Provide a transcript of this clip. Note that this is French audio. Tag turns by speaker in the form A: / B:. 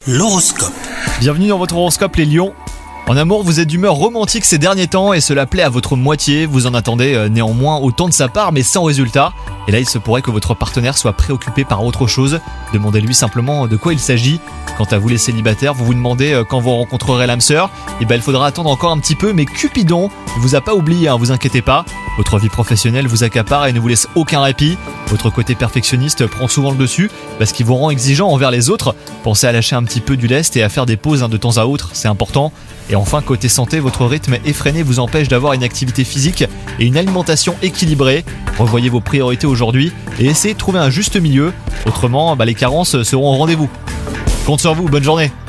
A: L'horoscope.
B: Bienvenue dans votre horoscope les lions. En amour, vous êtes d'humeur romantique ces derniers temps et cela plaît à votre moitié. Vous en attendez néanmoins autant de sa part mais sans résultat. Et là, il se pourrait que votre partenaire soit préoccupé par autre chose. Demandez-lui simplement de quoi il s'agit. Quant à vous les célibataires, vous vous demandez quand vous rencontrerez l'âme sœur. Et il faudra attendre encore un petit peu, mais Cupidon ne vous a pas oublié, vous inquiétez pas. Votre vie professionnelle vous accapare et ne vous laisse aucun répit. Votre côté perfectionniste prend souvent le dessus, parce qu'il vous rend exigeant envers les autres. Pensez à lâcher un petit peu du lest et à faire des pauses de temps à autre, c'est important. Et enfin, côté santé, votre rythme effréné vous empêche d'avoir une activité physique et une alimentation équilibrée. Revoyez vos priorités aujourd'hui et essayez de trouver un juste milieu. Autrement, les carences seront au rendez-vous. Compte sur vous, bonne journée.